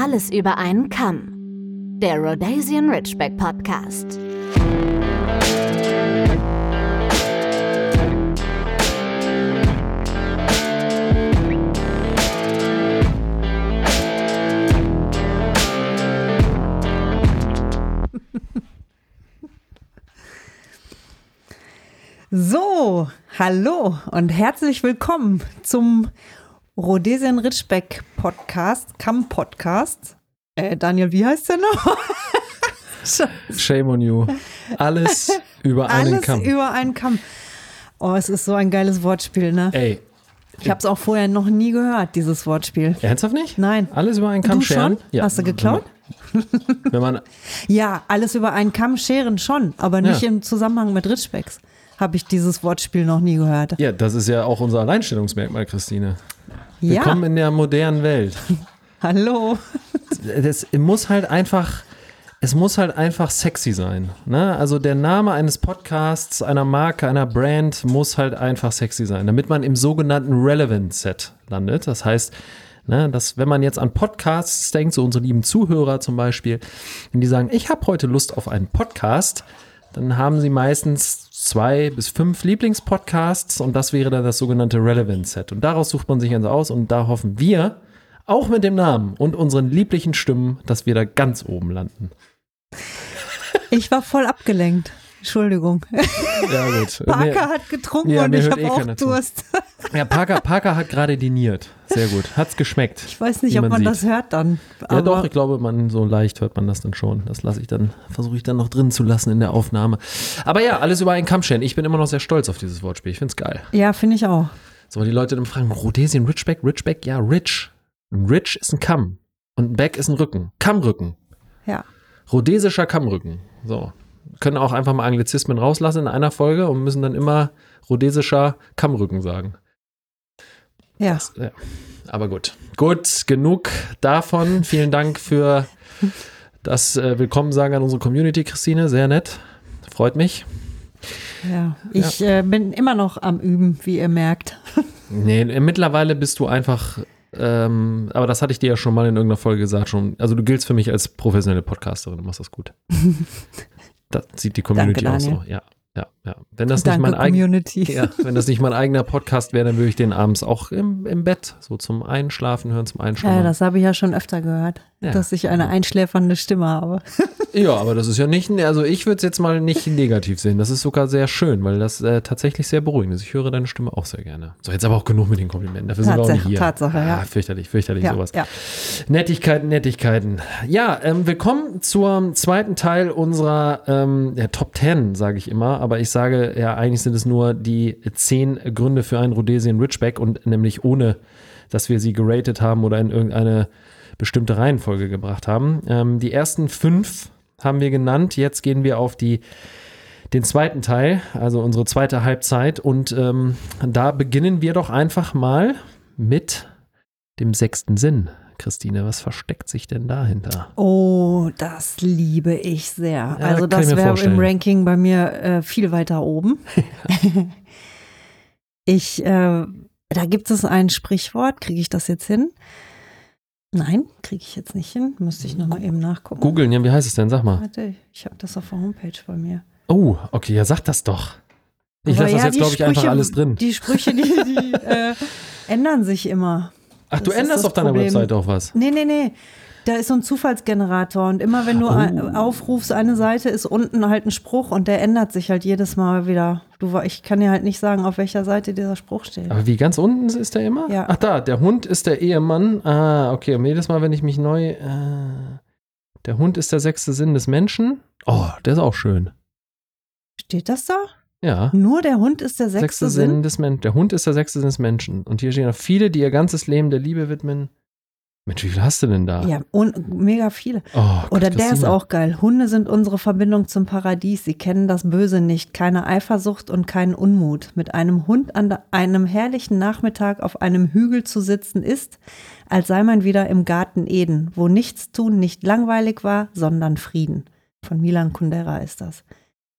Alles über einen Kamm. Der Rhodesian Ridgeback Podcast. So, hallo und herzlich willkommen zum Rhodesian Ridgeback Podcast, Kamm-Podcast. Daniel, wie heißt der noch? Shame on you. Alles über einen Kamm. Alles über einen Kamm. Oh, es ist so ein geiles Wortspiel, ne? Ey. Ich habe es auch vorher noch nie gehört, dieses Wortspiel. Ernsthaft nicht? Nein. Alles über einen Kamm Du scheren? schon? Ja. Hast du geklaut? Wenn man Ja, alles über einen Kamm scheren schon, aber nicht im Zusammenhang mit Ridgebacks. Habe ich dieses Wortspiel noch nie gehört. Ja, das ist ja auch unser Alleinstellungsmerkmal, Christine. Willkommen in der modernen Welt. Hallo. Es muss halt einfach sexy sein. Ne? Also der Name eines Podcasts, einer Marke, einer Brand muss halt einfach sexy sein, damit man im sogenannten Relevant Set landet. Das heißt, ne, dass wenn man jetzt an Podcasts denkt, so unsere lieben Zuhörer zum Beispiel, wenn die sagen, ich habe heute Lust auf einen Podcast, dann haben sie meistens 2 bis 5 Lieblingspodcasts und das wäre dann das sogenannte Relevant Set. Und daraus sucht man sich also aus und da hoffen wir, auch mit dem Namen und unseren lieblichen Stimmen, dass wir da ganz oben landen. Ich war voll abgelenkt. Entschuldigung. Ja, gut. Parker hat getrunken und ich habe auch Durst. Ja, Parker hat gerade diniert. Sehr gut. Hat's geschmeckt. Ich weiß nicht, ob man das hört dann. Ja, doch, ich glaube, so leicht hört man das dann schon. Das versuche ich dann noch drin zu lassen in der Aufnahme. Aber ja, alles über einen Kamm scheren. Ich bin immer noch sehr stolz auf dieses Wortspiel. Ich finde es geil. Ja, finde ich auch. So, weil die Leute dann fragen, Rhodesian Ridgeback? Ja, Ridge. Ein Ridge ist ein Kamm. Und ein Back ist ein Rücken. Kammrücken. Ja. Rhodesischer Kammrücken. So. Können auch einfach mal Anglizismen rauslassen in einer Folge und müssen dann immer rhodesischer Kammrücken sagen. Ja. Ja. Aber gut. Gut, genug davon. Vielen Dank für das Willkommen sagen an unsere Community, Christine. Sehr nett. Freut mich. Ja, ich bin immer noch am Üben, wie ihr merkt. Nee, mittlerweile bist du einfach, aber das hatte ich dir ja schon mal in irgendeiner Folge gesagt. Also du giltst für mich als professionelle Podcasterin. Du machst das gut. Das sieht die Community auch so. Ja. Wenn das nicht wenn das nicht mein eigener Podcast wäre, dann würde ich den abends auch im Bett so zum Einschlafen hören, zum Einschlafen. Ja, das habe ich ja schon öfter gehört, dass ich eine einschläfernde Stimme habe. Ja, aber das ist ja nicht, also ich würde es jetzt mal nicht negativ sehen. Das ist sogar sehr schön, weil das tatsächlich sehr beruhigend ist. Ich höre deine Stimme auch sehr gerne. So, jetzt aber auch genug mit den Komplimenten. Dafür sind wir auch nicht hier. Tatsache, ja. Fürchterlich, ja, sowas. Ja. Nettigkeiten. Ja, willkommen zum zweiten Teil unserer Top 10, sage ich immer. Aber ich sage, ja, eigentlich sind es nur die 10 Gründe für einen Rhodesian Ridgeback und nämlich ohne, dass wir sie geratet haben oder in irgendeine bestimmte Reihenfolge gebracht haben. Die ersten 5 haben wir genannt. Jetzt gehen wir auf den zweiten Teil, also unsere zweite Halbzeit. Und da beginnen wir doch einfach mal mit dem 6. Sinn. Christine, was versteckt sich denn dahinter? Oh, das liebe ich sehr. Ja, also das wäre im Ranking bei mir viel weiter oben. Da gibt es ein Sprichwort, kriege ich das jetzt hin? Nein, kriege ich jetzt nicht hin. Müsste ich nochmal eben nachgucken. Googeln, ja, wie heißt es denn? Sag mal. Warte, ich habe das auf der Homepage bei mir. Oh, okay, ja, sag das doch. Ich lasse das jetzt, glaube ich, einfach alles drin. Die Sprüche, die ändern sich immer. Ach, du änderst auf deiner Webseite auch was? Nee. Da ist so ein Zufallsgenerator und immer wenn du aufrufst, eine Seite ist unten halt ein Spruch und der ändert sich halt jedes Mal wieder. Ich kann dir halt nicht sagen, auf welcher Seite dieser Spruch steht. Aber wie, ganz unten ist der immer? Ja. Ach da, der Hund ist der Ehemann. Ah, okay, und jedes Mal, wenn ich mich neu... der Hund ist der 6. Sinn des Menschen. Oh, der ist auch schön. Steht das da? Ja. Nur der Hund ist der 6. Sinn des Menschen. Der Hund ist der 6. Sinn des Menschen. Und hier stehen noch viele, die ihr ganzes Leben der Liebe widmen. Mensch, wie viel hast du denn da? Ja, und mega viele. Oh, Gott, oder der Christine. ist auch geil. Hunde sind unsere Verbindung zum Paradies. Sie kennen das Böse nicht, keine Eifersucht und keinen Unmut. Mit einem Hund an einem herrlichen Nachmittag auf einem Hügel zu sitzen ist, als sei man wieder im Garten Eden, wo Nichtstun nicht langweilig war, sondern Frieden. Von Milan Kundera ist das.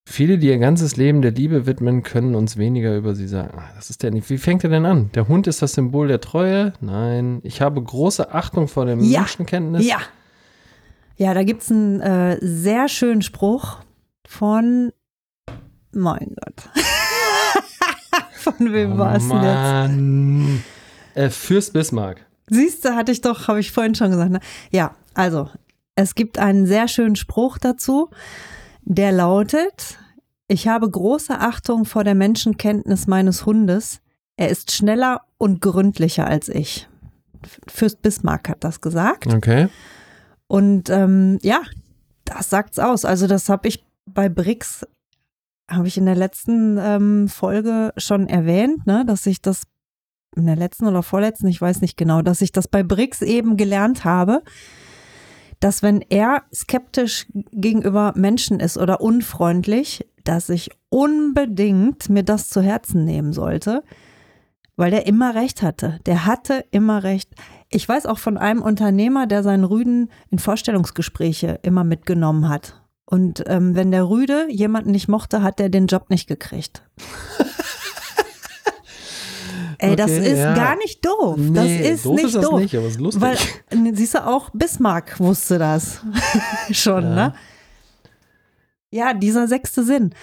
Viele, die ihr ganzes Leben der Liebe widmen, können uns weniger über sie sagen. Das ist der nicht. Wie fängt er denn an? Der Hund ist das Symbol der Treue? Nein. Ich habe große Achtung vor der Menschenkenntnis. Ja. Ja, da gibt es einen sehr schönen Spruch von, mein Gott. Von wem war es denn jetzt? Fürst Bismarck. Siehst du, habe ich vorhin schon gesagt. Ne? Ja, also, es gibt einen sehr schönen Spruch dazu, der lautet: Ich habe große Achtung vor der Menschenkenntnis meines Hundes. Er ist schneller und gründlicher als ich. Fürst Bismarck hat das gesagt. Okay. Und ja, das sagt's aus. Also das habe ich bei Brix, habe ich in der letzten Folge schon erwähnt, ne, dass ich das in der letzten oder vorletzten, ich weiß nicht genau, dass ich das bei Brix eben gelernt habe, dass wenn er skeptisch gegenüber Menschen ist oder unfreundlich, dass ich unbedingt mir das zu Herzen nehmen sollte, weil der immer recht hatte. Der hatte immer recht. Ich weiß auch von einem Unternehmer, der seinen Rüden in Vorstellungsgespräche immer mitgenommen hat. Und wenn der Rüde jemanden nicht mochte, hat er den Job nicht gekriegt. Ey, okay, das ist gar nicht doof. Nee, das ist doof nicht ist das doof. Nicht, aber es ist lustig. Weil, siehst du, auch Bismarck wusste das schon, ja. Ne? Ja, dieser 6. Sinn.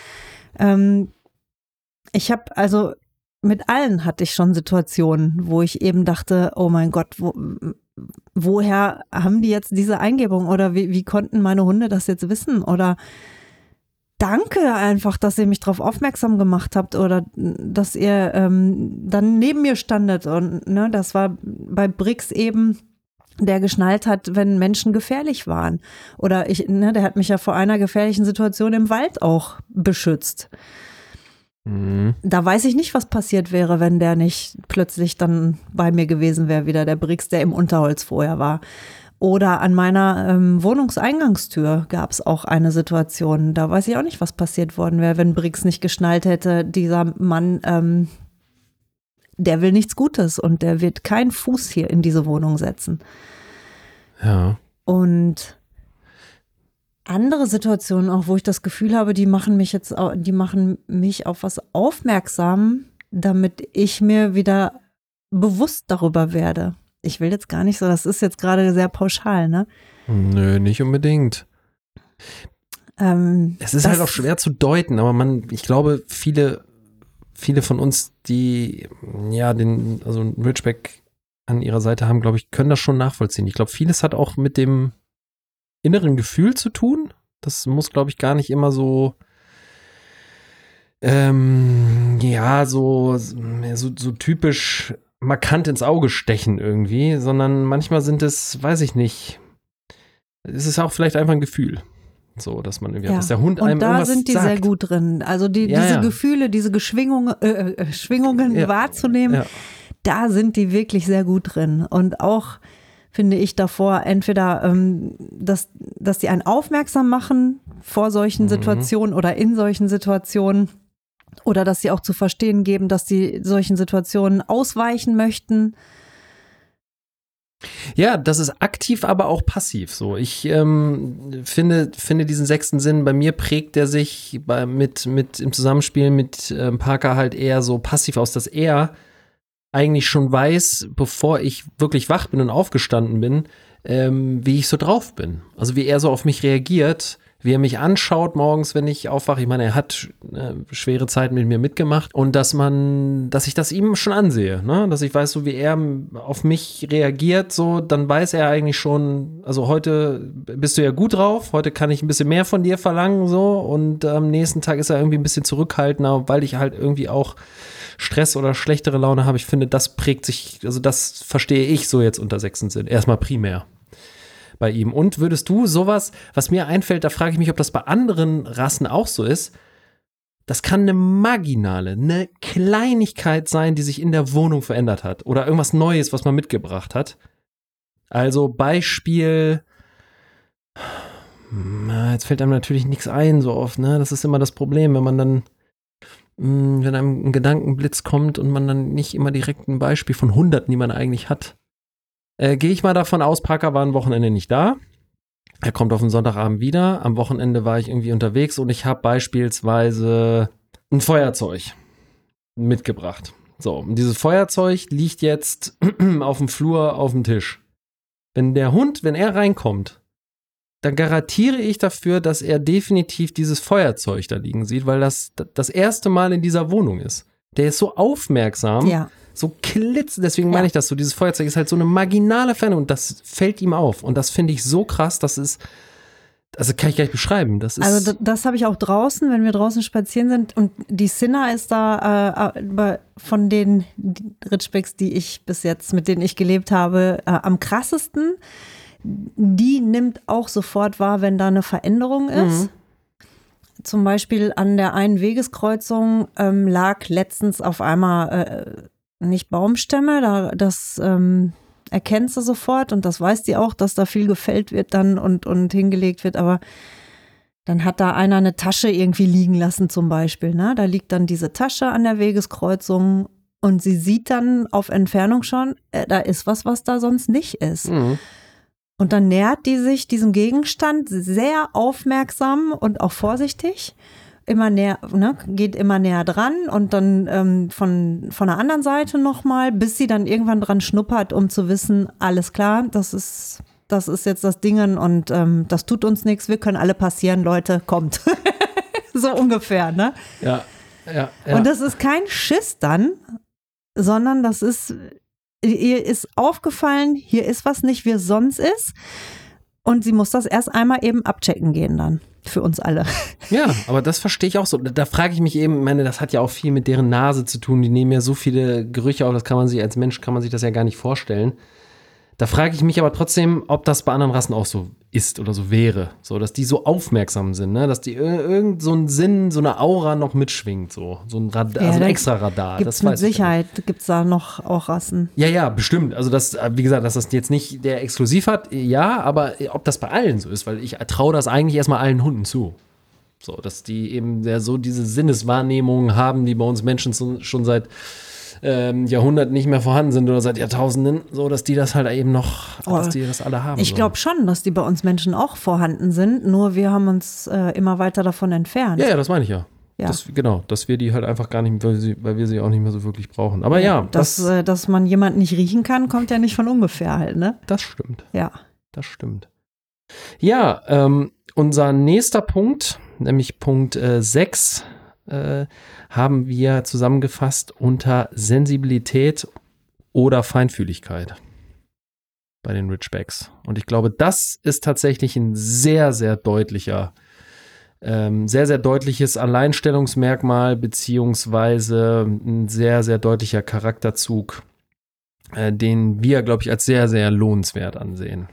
Ich habe also mit allen hatte ich schon Situationen, wo ich eben dachte, oh mein Gott, woher haben die jetzt diese Eingebung oder wie konnten meine Hunde das jetzt wissen oder danke einfach, dass ihr mich darauf aufmerksam gemacht habt oder dass ihr dann neben mir standet und ne, das war bei Brix eben, der geschnallt hat, wenn Menschen gefährlich waren oder der hat mich ja vor einer gefährlichen Situation im Wald auch beschützt. Da weiß ich nicht, was passiert wäre, wenn der nicht plötzlich dann bei mir gewesen wäre, wieder der Brix, der im Unterholz vorher war. Oder an meiner Wohnungseingangstür gab es auch eine Situation, da weiß ich auch nicht, was passiert worden wäre, wenn Brix nicht geschnallt hätte, dieser Mann, der will nichts Gutes und der wird keinen Fuß hier in diese Wohnung setzen. Ja. Und andere Situationen auch, wo ich das Gefühl habe, die machen mich auf was aufmerksam, damit ich mir wieder bewusst darüber werde. Ich will jetzt gar nicht so, das ist jetzt gerade sehr pauschal, ne? Nö, nicht unbedingt. Es ist halt auch schwer zu deuten, aber ich glaube, viele von uns, die also Ridgeback an ihrer Seite haben, glaube ich, können das schon nachvollziehen. Ich glaube, vieles hat auch mit dem inneren Gefühl zu tun. Das muss, glaube ich, gar nicht immer so so typisch markant ins Auge stechen irgendwie, sondern manchmal sind es, weiß ich nicht, es ist auch vielleicht einfach ein Gefühl. So, dass man irgendwie, dass der Hund einem irgendwas sagt. Und da sind die sehr gut drin. Also diese Gefühle, diese Schwingungen wahrzunehmen, da sind die wirklich sehr gut drin. Und auch finde ich davor entweder, dass die einen aufmerksam machen vor solchen Situationen oder in solchen Situationen oder dass sie auch zu verstehen geben, dass sie solchen Situationen ausweichen möchten. Ja, das ist aktiv, aber auch passiv so. Ich finde diesen 6. Sinn, bei mir prägt der sich mit im Zusammenspiel mit Parker halt eher so passiv aus, dass er eigentlich schon weiß, bevor ich wirklich wach bin und aufgestanden bin, wie ich so drauf bin. Also wie er so auf mich reagiert, wie er mich anschaut morgens, wenn ich aufwache. Ich meine, er hat schwere Zeiten mit mir mitgemacht und dass ich das ihm schon ansehe, ne? Dass ich weiß, so wie er auf mich reagiert, so, dann weiß er eigentlich schon, also heute bist du ja gut drauf, heute kann ich ein bisschen mehr von dir verlangen, so, und am nächsten Tag ist er irgendwie ein bisschen zurückhaltender, weil ich halt irgendwie auch Stress oder schlechtere Laune habe. Ich finde, das prägt sich, also das verstehe ich so jetzt unter 6. Sinn, erstmal primär bei ihm. Und würdest du sowas, was mir einfällt, da frage ich mich, ob das bei anderen Rassen auch so ist, das kann eine Kleinigkeit sein, die sich in der Wohnung verändert hat oder irgendwas Neues, was man mitgebracht hat. Also Beispiel, jetzt fällt einem natürlich nichts ein so oft, ne? Das ist immer das Problem, wenn einem ein Gedankenblitz kommt und man dann nicht immer direkt ein Beispiel von Hunderten, die man eigentlich hat. Gehe ich mal davon aus, Parker war ein Wochenende nicht da. Er kommt auf den Sonntagabend wieder. Am Wochenende war ich irgendwie unterwegs und ich habe beispielsweise ein Feuerzeug mitgebracht. So, und dieses Feuerzeug liegt jetzt auf dem Flur auf dem Tisch. Wenn er reinkommt, dann garantiere ich dafür, dass er definitiv dieses Feuerzeug da liegen sieht, weil das erste Mal in dieser Wohnung ist. Der ist so aufmerksam, so deswegen meine ich das so, dieses Feuerzeug ist halt so eine marginale Ferne und das fällt ihm auf und das finde ich so krass, also kann ich gar nicht beschreiben. Also das habe ich auch draußen, wenn wir draußen spazieren sind und die Sinna ist da von den Ridgebacks, mit denen ich gelebt habe, am krassesten. Die nimmt auch sofort wahr, wenn da eine Veränderung ist. Zum Beispiel an der einen Wegeskreuzung lag letztens auf einmal nicht Baumstämme, das erkennt sie sofort und das weiß die auch, dass da viel gefällt wird dann und hingelegt wird, aber dann hat da einer eine Tasche irgendwie liegen lassen zum Beispiel, ne? Da liegt dann diese Tasche an der Wegeskreuzung und sie sieht dann auf Entfernung schon, da ist was da sonst nicht ist. Und dann nähert die sich diesem Gegenstand sehr aufmerksam und auch vorsichtig, immer näher, ne, geht immer näher dran und dann von der anderen Seite nochmal, bis sie dann irgendwann dran schnuppert, um zu wissen, alles klar, das ist jetzt das Dingen und das tut uns nichts, wir können alle passieren, Leute, kommt. So ungefähr, ne? Ja. Und das ist kein Schiss dann, sondern das ist, ihr ist aufgefallen, hier ist was nicht, wie es sonst ist. Und sie muss das erst einmal eben abchecken gehen dann. Für uns alle. Ja, aber das verstehe ich auch so. Da frage ich mich eben, das hat ja auch viel mit deren Nase zu tun. Die nehmen ja so viele Gerüche auf, als Mensch kann man sich das ja gar nicht vorstellen. Da frage ich mich aber trotzdem, ob das bei anderen Rassen auch so ist oder so wäre. So, dass die so aufmerksam sind, ne? Dass die irgend so einen Sinn, so eine Aura noch mitschwingt. So ein Radar, also ein extra Radar. Gibt's mit Sicherheit, gibt es da noch auch Rassen. Ja, bestimmt. Also das, wie gesagt, dass das jetzt nicht der exklusiv hat, ja, aber ob das bei allen so ist, weil ich traue das eigentlich erstmal allen Hunden zu. So, dass die eben so diese Sinneswahrnehmungen haben, die bei uns Menschen schon seit Jahrhunderten nicht mehr vorhanden sind oder seit Jahrtausenden, so dass die das halt eben noch, dass die das alle haben. Ich glaube schon, dass die bei uns Menschen auch vorhanden sind, nur wir haben uns immer weiter davon entfernt. Ja, das meine ich ja. Dass wir die halt einfach gar nicht, weil wir sie auch nicht mehr so wirklich brauchen. Aber dass man jemanden nicht riechen kann, kommt ja nicht von ungefähr halt, ne? Das stimmt. Ja. Das stimmt. Ja, unser nächster Punkt, nämlich Punkt 6, haben wir zusammengefasst unter Sensibilität oder Feinfühligkeit bei den Ridgebacks. Und ich glaube, das ist tatsächlich ein sehr, sehr deutliches Alleinstellungsmerkmal beziehungsweise ein sehr, sehr deutlicher Charakterzug, den wir, glaube ich, als sehr, sehr lohnenswert ansehen.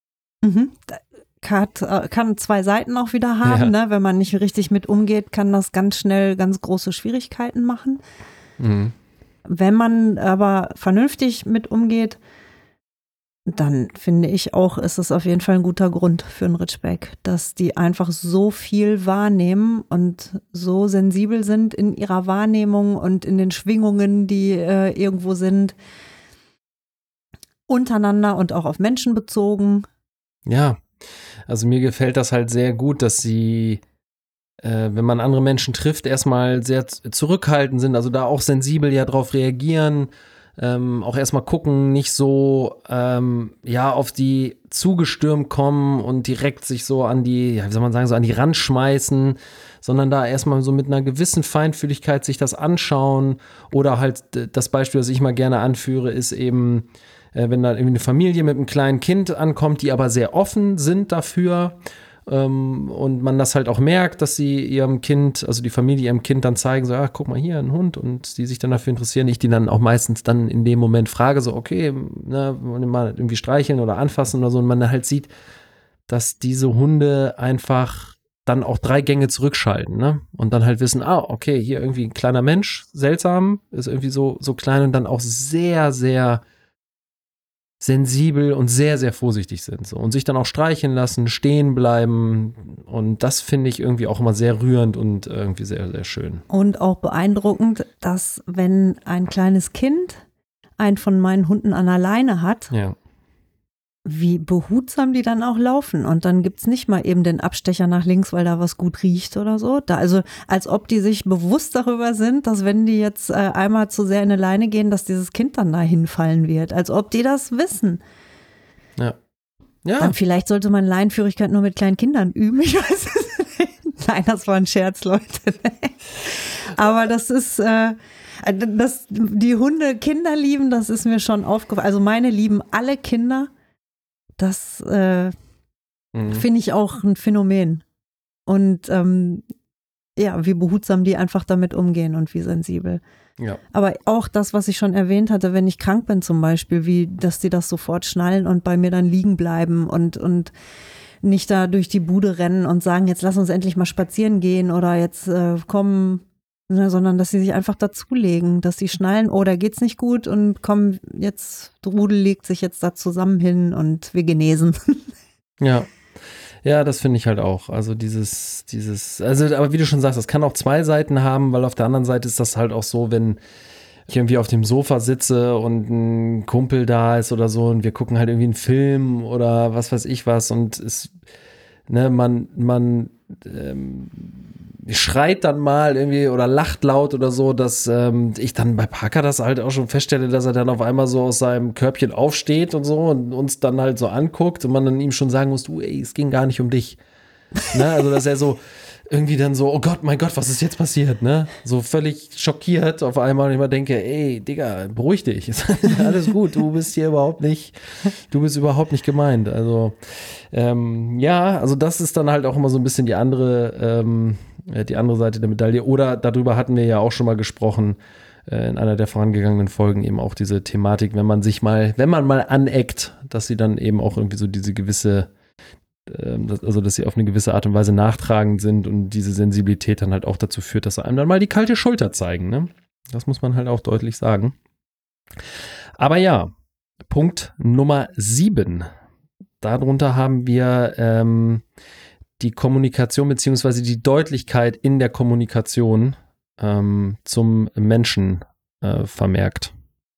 Kann zwei Seiten auch wieder haben, ne? Wenn man nicht richtig mit umgeht, kann das ganz schnell ganz große Schwierigkeiten machen. Wenn man aber vernünftig mit umgeht, dann finde ich auch, ist es auf jeden Fall ein guter Grund für einen Ridgeback, dass die einfach so viel wahrnehmen und so sensibel sind in ihrer Wahrnehmung und in den Schwingungen, die irgendwo sind, untereinander und auch auf Menschen bezogen. Ja. Also mir gefällt das halt sehr gut, dass sie, wenn man andere Menschen trifft, erstmal sehr zurückhaltend sind, also da auch sensibel ja drauf reagieren, auch erstmal gucken, nicht so auf die zugestürmt kommen und direkt sich so an die, wie soll man sagen, so an die Rand schmeißen, sondern da erstmal so mit einer gewissen Feinfühligkeit sich das anschauen oder halt das Beispiel, das ich mal gerne anführe, ist eben, wenn da irgendwie eine Familie mit einem kleinen Kind ankommt, die aber sehr offen sind dafür und man das halt auch merkt, dass sie ihrem Kind, also die Familie ihrem Kind dann zeigen, so, guck mal hier, ein Hund und die sich dann dafür interessieren, ich die dann auch meistens dann in dem Moment frage, so okay, ne, wollen wir mal irgendwie streicheln oder anfassen oder so und man dann halt sieht, dass diese Hunde einfach dann auch 3 Gänge zurückschalten, ne? Und dann halt wissen, okay, hier irgendwie ein kleiner Mensch, seltsam, ist irgendwie so klein und dann auch sehr, sehr sensibel und sehr, sehr vorsichtig sind so und sich dann auch streicheln lassen, stehen bleiben und das finde ich irgendwie auch immer sehr rührend und irgendwie sehr, sehr schön. Und auch beeindruckend, dass wenn ein kleines Kind einen von meinen Hunden an der Leine hat, wie behutsam die dann auch laufen. Und dann gibt's nicht mal eben den Abstecher nach links, weil da was gut riecht oder so. Also als ob die sich bewusst darüber sind, dass wenn die jetzt einmal zu sehr in eine Leine gehen, dass dieses Kind dann da hinfallen wird. Als ob die das wissen. Ja. Ja. Dann vielleicht sollte man Leinenführigkeit nur mit kleinen Kindern üben. Ich weiß es nicht. Nein, das war ein Scherz, Leute. Aber das ist, dass die Hunde Kinder lieben, das ist mir schon aufgefallen. Also meine lieben alle Kinder. Das finde ich auch ein Phänomen. Und wie behutsam die einfach damit umgehen und wie sensibel. Ja. Aber auch das, was ich schon erwähnt hatte, wenn ich krank bin zum Beispiel, wie, dass die das sofort schnallen und bei mir dann liegen bleiben und nicht da durch die Bude rennen und sagen, jetzt lass uns endlich mal spazieren gehen oder jetzt kommen, sondern dass sie sich einfach dazulegen, dass sie schnallen, oh, da geht's nicht gut und komm, jetzt, Rudel legt sich jetzt da zusammen hin und wir genesen. Ja. Ja, das finde ich halt auch. Also also, aber wie du schon sagst, das kann auch zwei Seiten haben, weil auf der anderen Seite ist das halt auch so, wenn ich irgendwie auf dem Sofa sitze und ein Kumpel da ist oder so und wir gucken halt irgendwie einen Film oder was weiß ich was und es, ne, man schreit dann mal irgendwie oder lacht laut oder so, dass ich dann bei Parker das halt auch schon feststelle, dass er dann auf einmal so aus seinem Körbchen aufsteht und so und uns dann halt so anguckt und man dann ihm schon sagen muss, du, ey, es ging gar nicht um dich. Ne? Also, dass er so irgendwie dann so, oh Gott, mein Gott, was ist jetzt passiert, ne? So völlig schockiert auf einmal und ich mal denke, ey, Digga, beruhig dich, ist alles gut, du bist überhaupt nicht gemeint. Also, also das ist dann halt auch immer so ein bisschen die andere Seite der Medaille. Oder darüber hatten wir ja auch schon mal gesprochen, in einer der vorangegangenen Folgen eben auch diese Thematik, wenn man mal aneckt, dass sie dann eben auch irgendwie so diese gewisse dass sie auf eine gewisse Art und Weise nachtragend sind und diese Sensibilität dann halt auch dazu führt, dass sie einem dann mal die kalte Schulter zeigen. Ne? Das muss man halt auch deutlich sagen. Aber ja, Punkt Nummer 7. Darunter haben wir die Kommunikation beziehungsweise die Deutlichkeit in der Kommunikation zum Menschen vermerkt.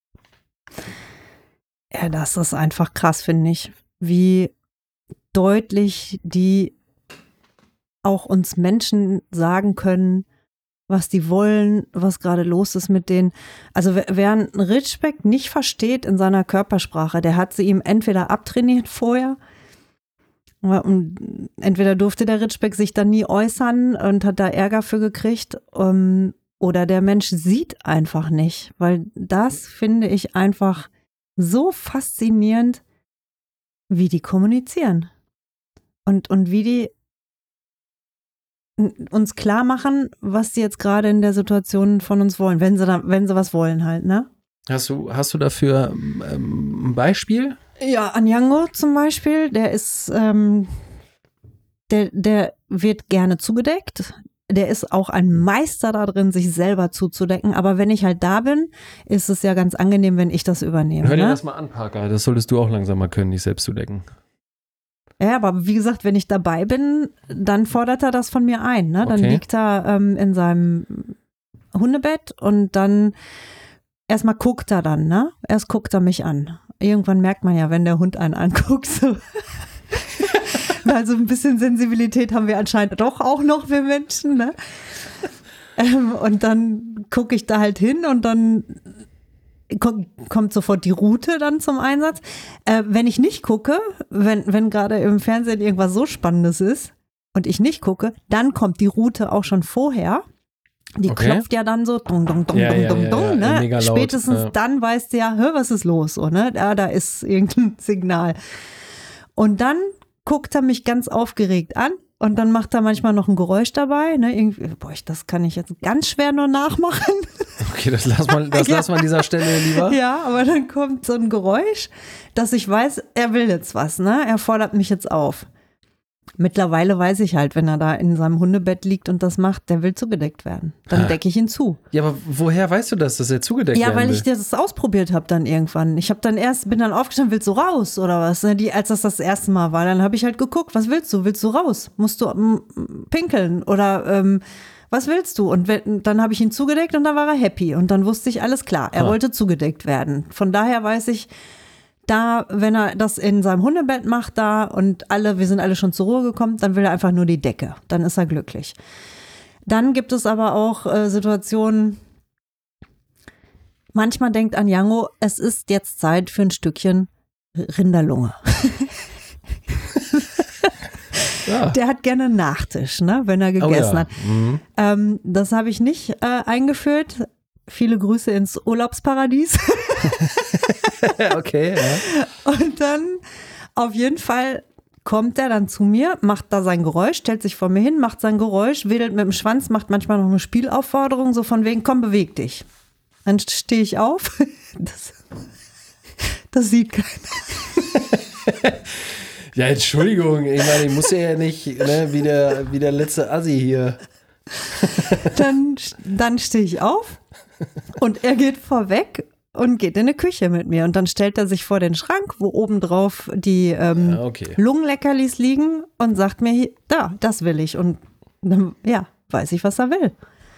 Ja, das ist einfach krass, finde ich, wie deutlich die auch uns Menschen sagen können, was die wollen, was gerade los ist mit denen. Also wer einen Ridgeback nicht versteht in seiner Körpersprache, der hat sie ihm entweder abtrainiert vorher, und entweder durfte der Ridgeback sich dann nie äußern und hat da Ärger für gekriegt, oder der Mensch sieht einfach nicht, weil das finde ich einfach so faszinierend, wie die kommunizieren. Und wie die uns klar machen, was sie jetzt gerade in der Situation von uns wollen, wenn sie was wollen halt, ne? Hast du dafür ein Beispiel? Ja, Anjango zum Beispiel, der ist, der wird gerne zugedeckt. Der ist auch ein Meister darin, sich selber zuzudecken. Aber wenn ich halt da bin, ist es ja ganz angenehm, wenn ich das übernehme. Hör dir das mal an, Parker. Das solltest du auch langsam mal können, dich selbst zu decken. Ja, aber wie gesagt, wenn ich dabei bin, dann fordert er das von mir ein. Ne? Dann liegt er in seinem Hundebett und dann erstmal guckt er dann. Ne? Erst guckt er mich an. Irgendwann merkt man ja, wenn der Hund einen anguckt. So. Also ein bisschen Sensibilität haben wir anscheinend doch auch noch, wir Menschen. Ne? Und dann gucke ich da halt hin und dann kommt sofort die Route dann zum Einsatz. Wenn ich nicht gucke, wenn gerade im Fernsehen irgendwas so Spannendes ist und ich nicht gucke, dann kommt die Route auch schon vorher. Die klopft ja dann so, dong, dong, dong, dong, dong, dong, ne? Mega laut, spätestens dann weißt du ja, was ist los? So, ne? Da ist irgendein Signal. Und dann guckt er mich ganz aufgeregt an. Und dann macht er manchmal noch ein Geräusch dabei. Ne? Irgendwie, das kann ich jetzt ganz schwer nur nachmachen. Okay, das lass mal an dieser Stelle lieber. Ja, aber dann kommt so ein Geräusch, dass ich weiß, er will jetzt was. Ne? Er fordert mich jetzt auf. Mittlerweile weiß ich halt, wenn er da in seinem Hundebett liegt und das macht, der will zugedeckt werden. Dann decke ich ihn zu. Ja, aber woher weißt du das, dass er zugedeckt werden will? Ja, weil ich das ausprobiert habe dann irgendwann. Ich habe bin dann aufgestanden, willst du raus oder was? Als das erste Mal war, dann habe ich halt geguckt, was willst du? Willst du raus? Musst du pinkeln oder was willst du? Und dann habe ich ihn zugedeckt und dann war er happy und dann wusste ich, alles klar, er wollte zugedeckt werden. Von daher weiß ich, da, wenn er das in seinem Hundebett macht da und wir sind alle schon zur Ruhe gekommen, dann will er einfach nur die Decke. Dann ist er glücklich. Dann gibt es aber auch Situationen, manchmal denkt Anjango, es ist jetzt Zeit für ein Stückchen Rinderlunge. Ja. Der hat gerne einen Nachtisch, ne, wenn er gegessen hat. Mhm. Das habe ich nicht eingeführt. Viele Grüße ins Urlaubsparadies. Okay, ja. Und dann auf jeden Fall kommt er dann zu mir, macht da sein Geräusch, stellt sich vor mir hin, macht sein Geräusch, wedelt mit dem Schwanz, macht manchmal noch eine Spielaufforderung, so von wegen, komm, beweg dich. Dann stehe ich auf. Das sieht keiner. Ja, Entschuldigung, ich meine, ich muss ja nicht, ne, wie der letzte Assi hier. Dann stehe ich auf und er geht vorweg und geht in die Küche mit mir. Und dann stellt er sich vor den Schrank, wo obendrauf die Lungenleckerlis liegen und sagt mir, da, das will ich. Und dann, ja, weiß ich, was er will.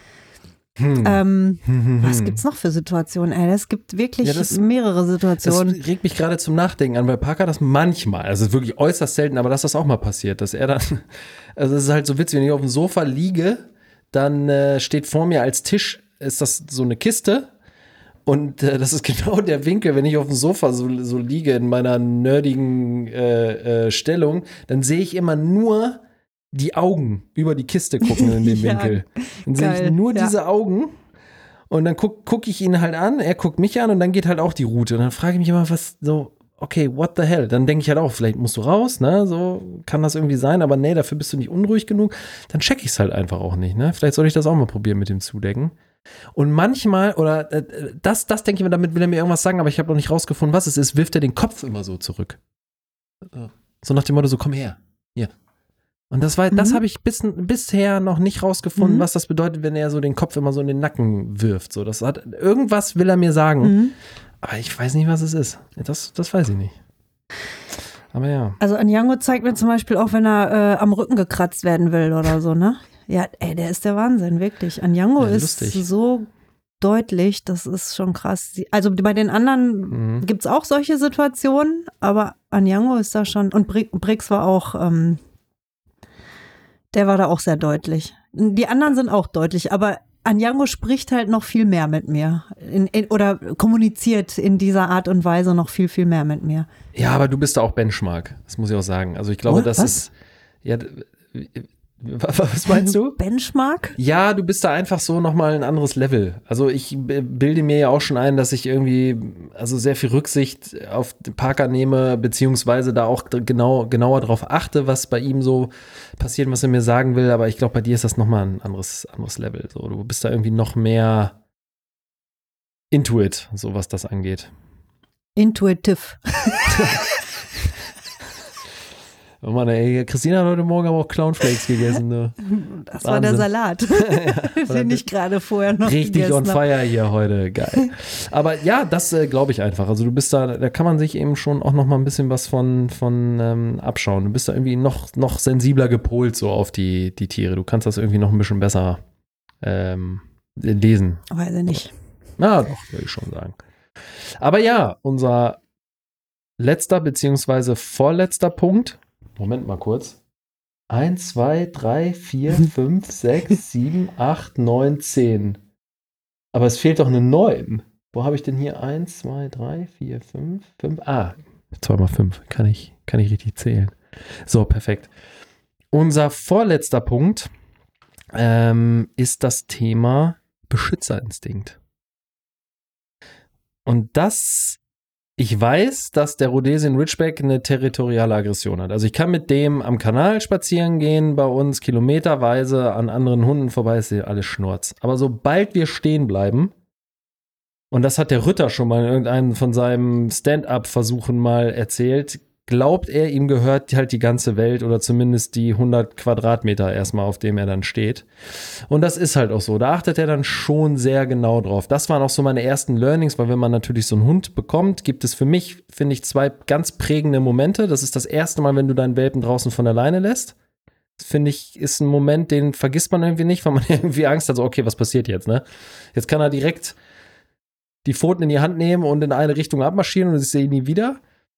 Was gibt's noch für Situationen? Es gibt wirklich mehrere Situationen. Das regt mich gerade zum Nachdenken an, weil Parker das manchmal, also wirklich äußerst selten, aber dass das auch mal passiert, dass er dann, also es ist halt so witzig, wenn ich auf dem Sofa liege, dann steht vor mir als Tisch, ist das so eine Kiste und das ist genau der Winkel, wenn ich auf dem Sofa so liege in meiner nerdigen Stellung, dann sehe ich immer nur die Augen über die Kiste gucken in dem Winkel. Dann sehe ich nur diese Augen und dann guck ich ihn halt an, er guckt mich an und dann geht halt auch die Route. Und dann frage ich mich immer, okay, what the hell? Dann denke ich halt auch, vielleicht musst du raus, ne? So kann das irgendwie sein, aber nee, dafür bist du nicht unruhig genug. Dann check ich es halt einfach auch nicht, ne? Vielleicht soll ich das auch mal probieren mit dem Zudecken. Und manchmal, oder das denke ich mir, damit will er mir irgendwas sagen, aber ich habe noch nicht rausgefunden, was es ist, wirft er den Kopf immer so zurück. So nach dem Motto, so komm her, hier. Und das habe ich bisher noch nicht rausgefunden, was das bedeutet, wenn er so den Kopf immer so in den Nacken wirft. So, irgendwas will er mir sagen, aber ich weiß nicht, was es ist. Das weiß ich nicht. Aber ja. Also Anjango zeigt mir zum Beispiel auch, wenn er am Rücken gekratzt werden will oder so, ne? Ja, der ist der Wahnsinn, wirklich. Anjango ist so deutlich, das ist schon krass. Also bei den anderen gibt es auch solche Situationen, aber Anjango ist da schon, und Brix war auch der war da auch sehr deutlich. Die anderen sind auch deutlich, aber Anjango spricht halt noch viel mehr mit mir oder kommuniziert in dieser Art und Weise noch viel, viel mehr mit mir. Ja, aber du bist da auch Benchmark, das muss ich auch sagen. Also ich glaube, ist, ja, was meinst du? Benchmark? Ja, du bist da einfach so nochmal ein anderes Level. Also ich bilde mir ja auch schon ein, dass ich irgendwie sehr viel Rücksicht auf Parker nehme, beziehungsweise da auch genauer drauf achte, was bei ihm so passiert, was er mir sagen will. Aber ich glaube, bei dir ist das nochmal ein anderes Level. So, du bist da irgendwie noch mehr Intuit, so was das angeht. Intuitiv. Oh Mann, ey, Christina hat heute Morgen aber auch Clownflakes gegessen. Ne? Das war der Salat, den ich gerade vorher noch richtig on fire hier heute, geil. Aber ja, das glaube ich einfach. Also du bist da kann man sich eben schon auch noch mal ein bisschen was von abschauen. Du bist da irgendwie noch sensibler gepolt so auf die Tiere. Du kannst das irgendwie noch ein bisschen besser lesen. Weiß ich nicht. Na, doch, würde ich schon sagen. Aber ja, unser letzter beziehungsweise vorletzter Punkt. Moment mal kurz. 1, 2, 3, 4, 5, 6, 7, 8, 9, 10. Aber es fehlt doch eine 9. Wo habe ich denn hier 1, 2, 3, 4, 5, 5? 2 mal 5. Kann ich richtig zählen. So, perfekt. Unser vorletzter Punkt ist das Thema Beschützerinstinkt. Und ich weiß, dass der Rhodesian Ridgeback eine territoriale Aggression hat. Also ich kann mit dem am Kanal spazieren gehen, bei uns kilometerweise an anderen Hunden vorbei, ist ja alles Schnurz. Aber sobald wir stehen bleiben, und das hat der Ritter schon mal in irgendeinem von seinen Stand-up-Versuchen mal erzählt, glaubt er, ihm gehört halt die ganze Welt oder zumindest die 100 Quadratmeter erstmal, auf dem er dann steht. Und das ist halt auch so. Da achtet er dann schon sehr genau drauf. Das waren auch so meine ersten Learnings, weil wenn man natürlich so einen Hund bekommt, gibt es für mich, finde ich, 2 ganz prägende Momente. Das ist das erste Mal, wenn du deinen Welpen draußen von der Leine lässt. Das finde ich, ist ein Moment, den vergisst man irgendwie nicht, weil man irgendwie Angst hat, so okay, was passiert jetzt, ne? Jetzt kann er direkt die Pfoten in die Hand nehmen und in eine Richtung abmarschieren und ich sehe ihn nie wieder.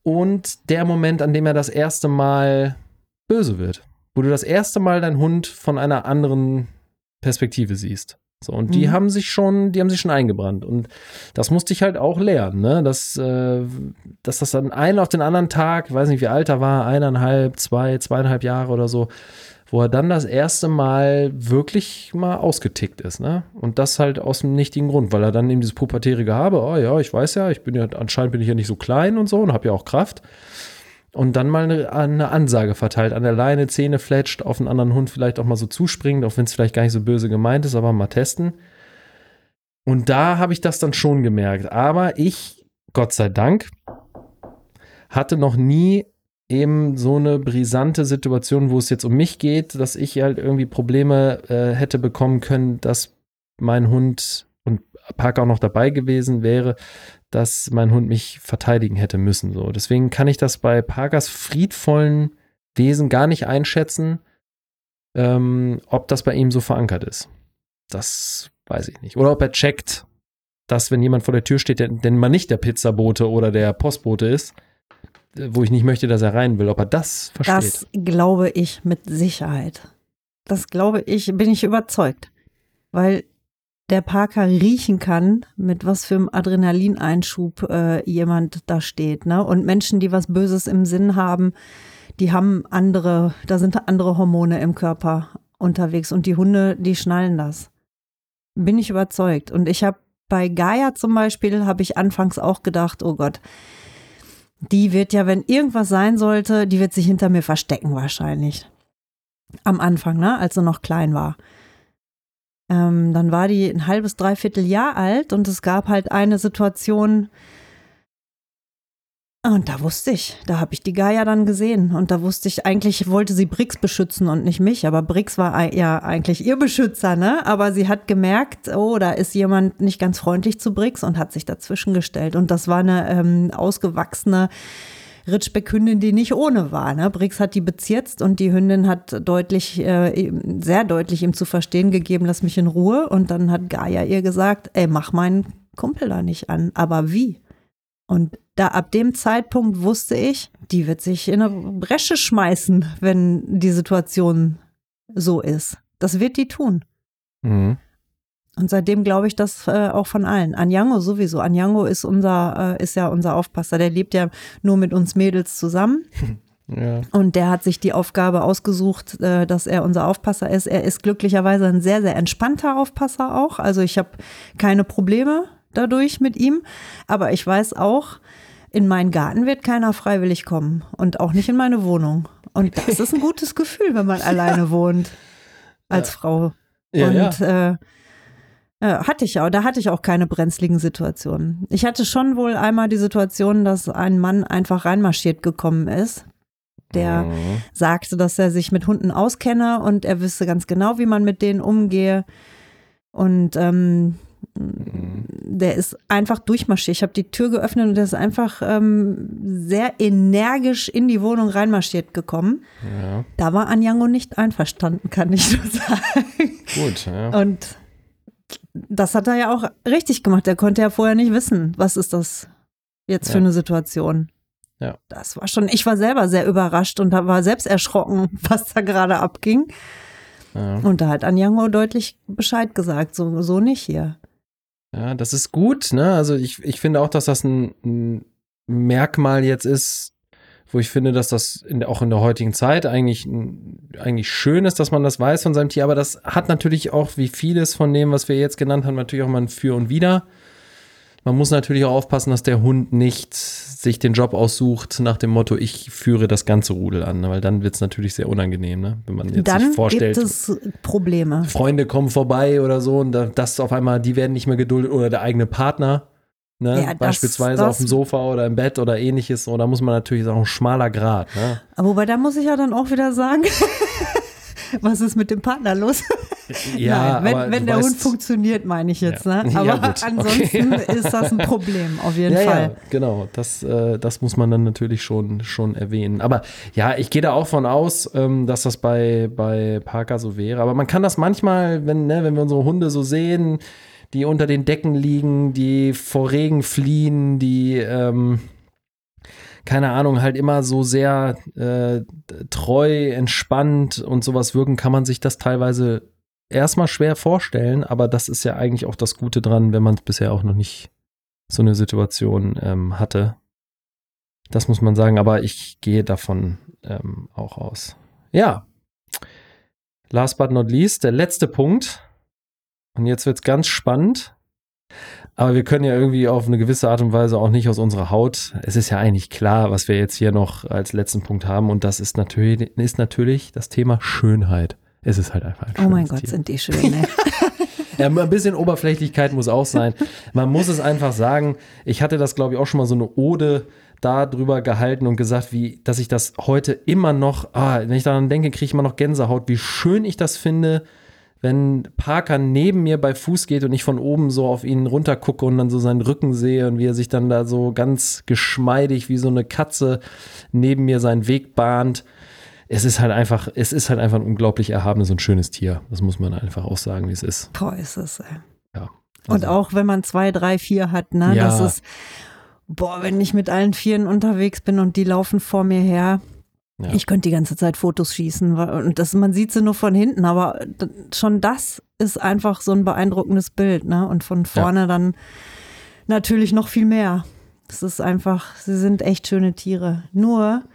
und der Moment, an dem er das erste Mal böse wird. Wo du das erste Mal deinen Hund von einer anderen Perspektive siehst. So, und die haben sich schon eingebrannt. Und das musste ich halt auch lernen, ne? Dass das dann einen auf den anderen Tag, ich weiß nicht, wie alt er war, 1,5, 2,5 Jahre oder so, wo er dann das erste Mal wirklich mal ausgetickt ist, ne? Und das halt aus dem nichtigen Grund, weil er dann eben dieses pubertäre Gehabe, oh ja, ich weiß ja, anscheinend bin ich ja nicht so klein und so und habe ja auch Kraft. Und dann mal eine Ansage verteilt, an der Leine, Zähne fletscht, auf einen anderen Hund vielleicht auch mal so zuspringt, auch wenn es vielleicht gar nicht so böse gemeint ist, aber mal testen. Und da habe ich das dann schon gemerkt. Aber ich, Gott sei Dank, hatte noch nie eben so eine brisante Situation, wo es jetzt um mich geht, dass ich halt irgendwie Probleme hätte bekommen können, dass mein Hund und Parker auch noch dabei gewesen wäre, dass mein Hund mich verteidigen hätte müssen. So. Deswegen kann ich das bei Parkers friedvollen Wesen gar nicht einschätzen, ob das bei ihm so verankert ist. Das weiß ich nicht. Oder ob er checkt, dass wenn jemand vor der Tür steht, denn man nicht der Pizzabote oder der Postbote ist, wo ich nicht möchte, dass er rein will, ob er das versteht. Das glaube ich mit Sicherheit. Das glaube ich, bin ich überzeugt. Weil der Parker riechen kann, mit was für einem Adrenalineinschub jemand da steht, ne? Und Menschen, die was Böses im Sinn haben, die haben da sind andere Hormone im Körper unterwegs und die Hunde, die schnallen das. Bin ich überzeugt. Und ich habe bei Gaia zum Beispiel, habe ich anfangs auch gedacht, oh Gott, die wird ja, wenn irgendwas sein sollte, die wird sich hinter mir verstecken wahrscheinlich. Am Anfang, ne? Als sie noch klein war. Dann war die ein halbes, dreiviertel Jahr alt und es gab halt eine Situation und da habe ich die Gaia dann gesehen und da wusste ich, eigentlich wollte sie Brix beschützen und nicht mich, aber Brix war ja eigentlich ihr Beschützer, ne? Aber sie hat gemerkt, oh, da ist jemand nicht ganz freundlich zu Brix und hat sich dazwischen gestellt und das war eine ausgewachsene Ridgeback-Hündin, die nicht ohne war. Ne? Brix hat die bezirzt und die Hündin hat sehr deutlich ihm zu verstehen gegeben, lass mich in Ruhe. Und dann hat Gaia ihr gesagt, ey, mach meinen Kumpel da nicht an. Aber wie? Und da ab dem Zeitpunkt wusste ich, die wird sich in eine Bresche schmeißen, wenn die Situation so ist. Das wird die tun. Mhm. Und seitdem glaube ich das auch von allen. Anjango sowieso. Anjango ist ja unser Aufpasser. Der lebt ja nur mit uns Mädels zusammen. Ja. Und der hat sich die Aufgabe ausgesucht, dass er unser Aufpasser ist. Er ist glücklicherweise ein sehr, sehr entspannter Aufpasser auch. Also ich habe keine Probleme dadurch mit ihm. Aber ich weiß auch, in meinen Garten wird keiner freiwillig kommen. Und auch nicht in meine Wohnung. Und das ist ein gutes Gefühl, wenn man alleine wohnt. Als Frau. Ja, und da hatte ich auch keine brenzligen Situationen. Ich hatte schon wohl einmal die Situation, dass ein Mann einfach reinmarschiert gekommen ist, der sagte, dass er sich mit Hunden auskenne und er wüsste ganz genau, wie man mit denen umgehe. Und der ist einfach durchmarschiert. Ich habe die Tür geöffnet und der ist einfach sehr energisch in die Wohnung reinmarschiert gekommen. Ja. Da war Anjango nicht einverstanden, kann ich nur sagen. Gut, ja. Und das hat er ja auch richtig gemacht. Er konnte ja vorher nicht wissen, was ist das jetzt für eine Situation. Ja. Das war schon, ich war selber sehr überrascht und war selbst erschrocken, was da gerade abging. Ja. Und da hat Anjango deutlich Bescheid gesagt, so nicht hier. Ja, das ist gut, ne? Also ich finde auch, dass das ein Merkmal jetzt ist, wo ich finde, dass das auch in der heutigen Zeit eigentlich schön ist, dass man das weiß von seinem Tier, aber das hat natürlich auch, wie vieles von dem, was wir jetzt genannt haben, natürlich auch mal ein Für und Wider. Man muss natürlich auch aufpassen, dass der Hund nicht sich den Job aussucht nach dem Motto, ich führe das ganze Rudel an, weil dann wird es natürlich sehr unangenehm, ne? Wenn man jetzt sich vorstellt, gibt es Probleme. Freunde kommen vorbei oder so und das auf einmal, die werden nicht mehr geduldet oder der eigene Partner, ne? Ja, Beispielsweise auf dem Sofa oder im Bett oder ähnliches, oder muss man natürlich sagen, ein schmaler Grat, ne? Aber wobei, da muss ich ja dann auch wieder sagen, was ist mit dem Partner los? Ja, nein, wenn der Hund funktioniert, meine ich jetzt. Ja. Ne? Aber Ja, gut. Ansonsten ist das ein Problem, auf jeden Fall. Ja, genau. Das muss man dann natürlich schon erwähnen. Aber ja, ich gehe da auch von aus, dass das bei Parker so wäre. Aber man kann das manchmal, wenn wir unsere Hunde so sehen, die unter den Decken liegen, die vor Regen fliehen, die keine Ahnung, halt immer so sehr treu, entspannt und sowas wirken, kann man sich das teilweise erstmal schwer vorstellen, aber das ist ja eigentlich auch das Gute dran, wenn man bisher auch noch nicht so eine Situation hatte. Das muss man sagen, aber ich gehe davon auch aus. Ja, last but not least, der letzte Punkt. Und jetzt wird's ganz spannend. Aber wir können ja irgendwie auf eine gewisse Art und Weise auch nicht aus unserer Haut. Es ist ja eigentlich klar, was wir jetzt hier noch als letzten Punkt haben. Und das ist natürlich das Thema Schönheit. Es ist halt einfach ein schönes Oh mein Gott, Tier. sind die schön, ne? Ja, ein bisschen Oberflächlichkeit muss auch sein. Man muss es einfach sagen. Ich hatte das, glaube ich, auch schon mal so eine Ode darüber gehalten und gesagt, dass ich das heute immer noch, wenn ich daran denke, kriege ich immer noch Gänsehaut, wie schön ich das finde, wenn Parker neben mir bei Fuß geht und ich von oben so auf ihn runter gucke und dann so seinen Rücken sehe und wie er sich dann da so ganz geschmeidig wie so eine Katze neben mir seinen Weg bahnt. Es ist halt einfach ein unglaublich erhabenes und schönes Tier. Das muss man einfach auch sagen, wie es ist. Boah, ist es, ey. Ja. Und auch wenn man 2, 3, 4 hat, ne? Ja. Das ist, wenn ich mit allen Vieren unterwegs bin und die laufen vor mir her, Ja. ich könnte die ganze Zeit Fotos schießen. Und man sieht sie nur von hinten, aber schon das ist einfach so ein beeindruckendes Bild, ne? Und von vorne dann natürlich noch viel mehr. Es ist einfach, sie sind echt schöne Tiere. Nur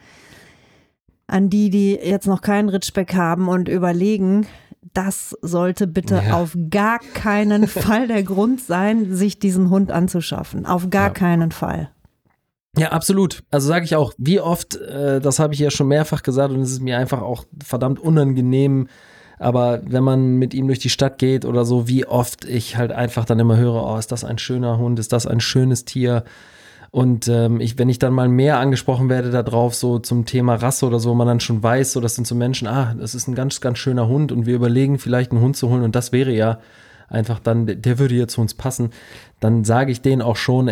an die jetzt noch keinen Ridgeback haben und überlegen, das sollte bitte auf gar keinen Fall der Grund sein, sich diesen Hund anzuschaffen. Auf gar keinen Fall. Ja, absolut. Also sage ich auch, wie oft, das habe ich ja schon mehrfach gesagt und es ist mir einfach auch verdammt unangenehm, aber wenn man mit ihm durch die Stadt geht oder so, wie oft ich halt einfach dann immer höre, oh, ist das ein schöner Hund, ist das ein schönes Tier? Und wenn ich dann mal mehr angesprochen werde darauf, so zum Thema Rasse oder so, man dann schon weiß, so das sind so Menschen, das ist ein ganz, ganz schöner Hund und wir überlegen vielleicht einen Hund zu holen und das wäre ja einfach dann, der würde hier zu uns passen, dann sage ich denen auch schon,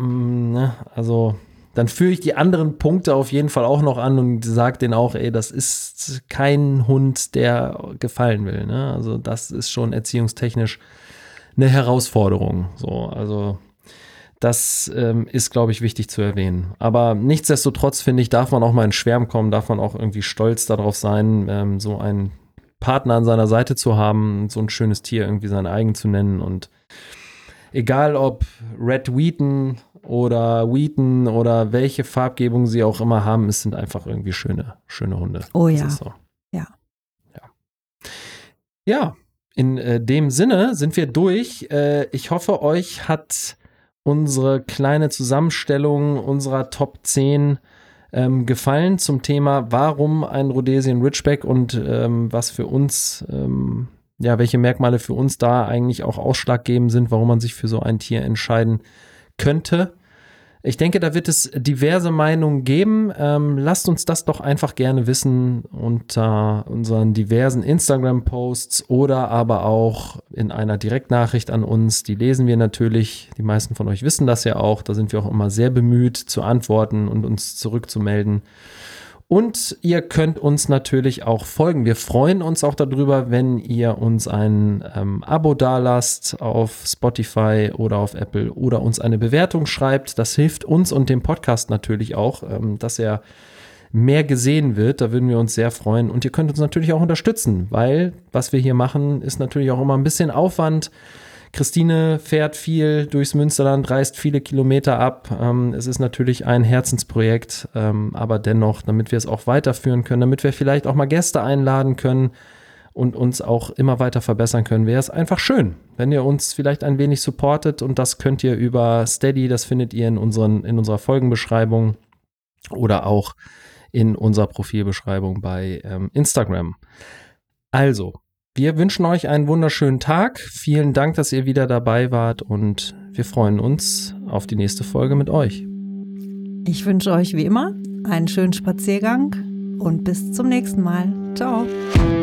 also dann führe ich die anderen Punkte auf jeden Fall auch noch an und sage denen auch, das ist kein Hund, der gefallen will, ne? Also das ist schon erziehungstechnisch eine Herausforderung, so, also das ist, glaube ich, wichtig zu erwähnen. Aber nichtsdestotrotz, finde ich, darf man auch mal in Schwärmen kommen, darf man auch irgendwie stolz darauf sein, so einen Partner an seiner Seite zu haben, so ein schönes Tier irgendwie sein eigen zu nennen. Und egal ob Red Wheaton oder Wheaton oder welche Farbgebung sie auch immer haben, es sind einfach irgendwie schöne Hunde. Oh Das ja. ist so. Ja. In dem Sinne sind wir durch. Ich hoffe, euch hat unsere kleine Zusammenstellung unserer Top 10 gefallen zum Thema, warum ein Rhodesian Ridgeback und was für uns, welche Merkmale für uns da eigentlich auch ausschlaggebend sind, warum man sich für so ein Tier entscheiden könnte. Ich denke, da wird es diverse Meinungen geben. Lasst uns das doch einfach gerne wissen unter unseren diversen Instagram-Posts oder aber auch in einer Direktnachricht an uns. Die lesen wir natürlich. Die meisten von euch wissen das ja auch. Da sind wir auch immer sehr bemüht zu antworten und uns zurückzumelden. Und ihr könnt uns natürlich auch folgen. Wir freuen uns auch darüber, wenn ihr uns ein Abo dalasst auf Spotify oder auf Apple oder uns eine Bewertung schreibt. Das hilft uns und dem Podcast natürlich auch, dass er mehr gesehen wird. Da würden wir uns sehr freuen. Und ihr könnt uns natürlich auch unterstützen, weil was wir hier machen, ist natürlich auch immer ein bisschen Aufwand. Christine fährt viel durchs Münsterland, reist viele Kilometer ab. Es ist natürlich ein Herzensprojekt, aber dennoch, damit wir es auch weiterführen können, damit wir vielleicht auch mal Gäste einladen können und uns auch immer weiter verbessern können, wäre es einfach schön, wenn ihr uns vielleicht ein wenig supportet und das könnt ihr über Steady, das findet ihr in unserer Folgenbeschreibung oder auch in unserer Profilbeschreibung bei Instagram. Also, wir wünschen euch einen wunderschönen Tag. Vielen Dank, dass ihr wieder dabei wart und wir freuen uns auf die nächste Folge mit euch. Ich wünsche euch wie immer einen schönen Spaziergang und bis zum nächsten Mal. Ciao.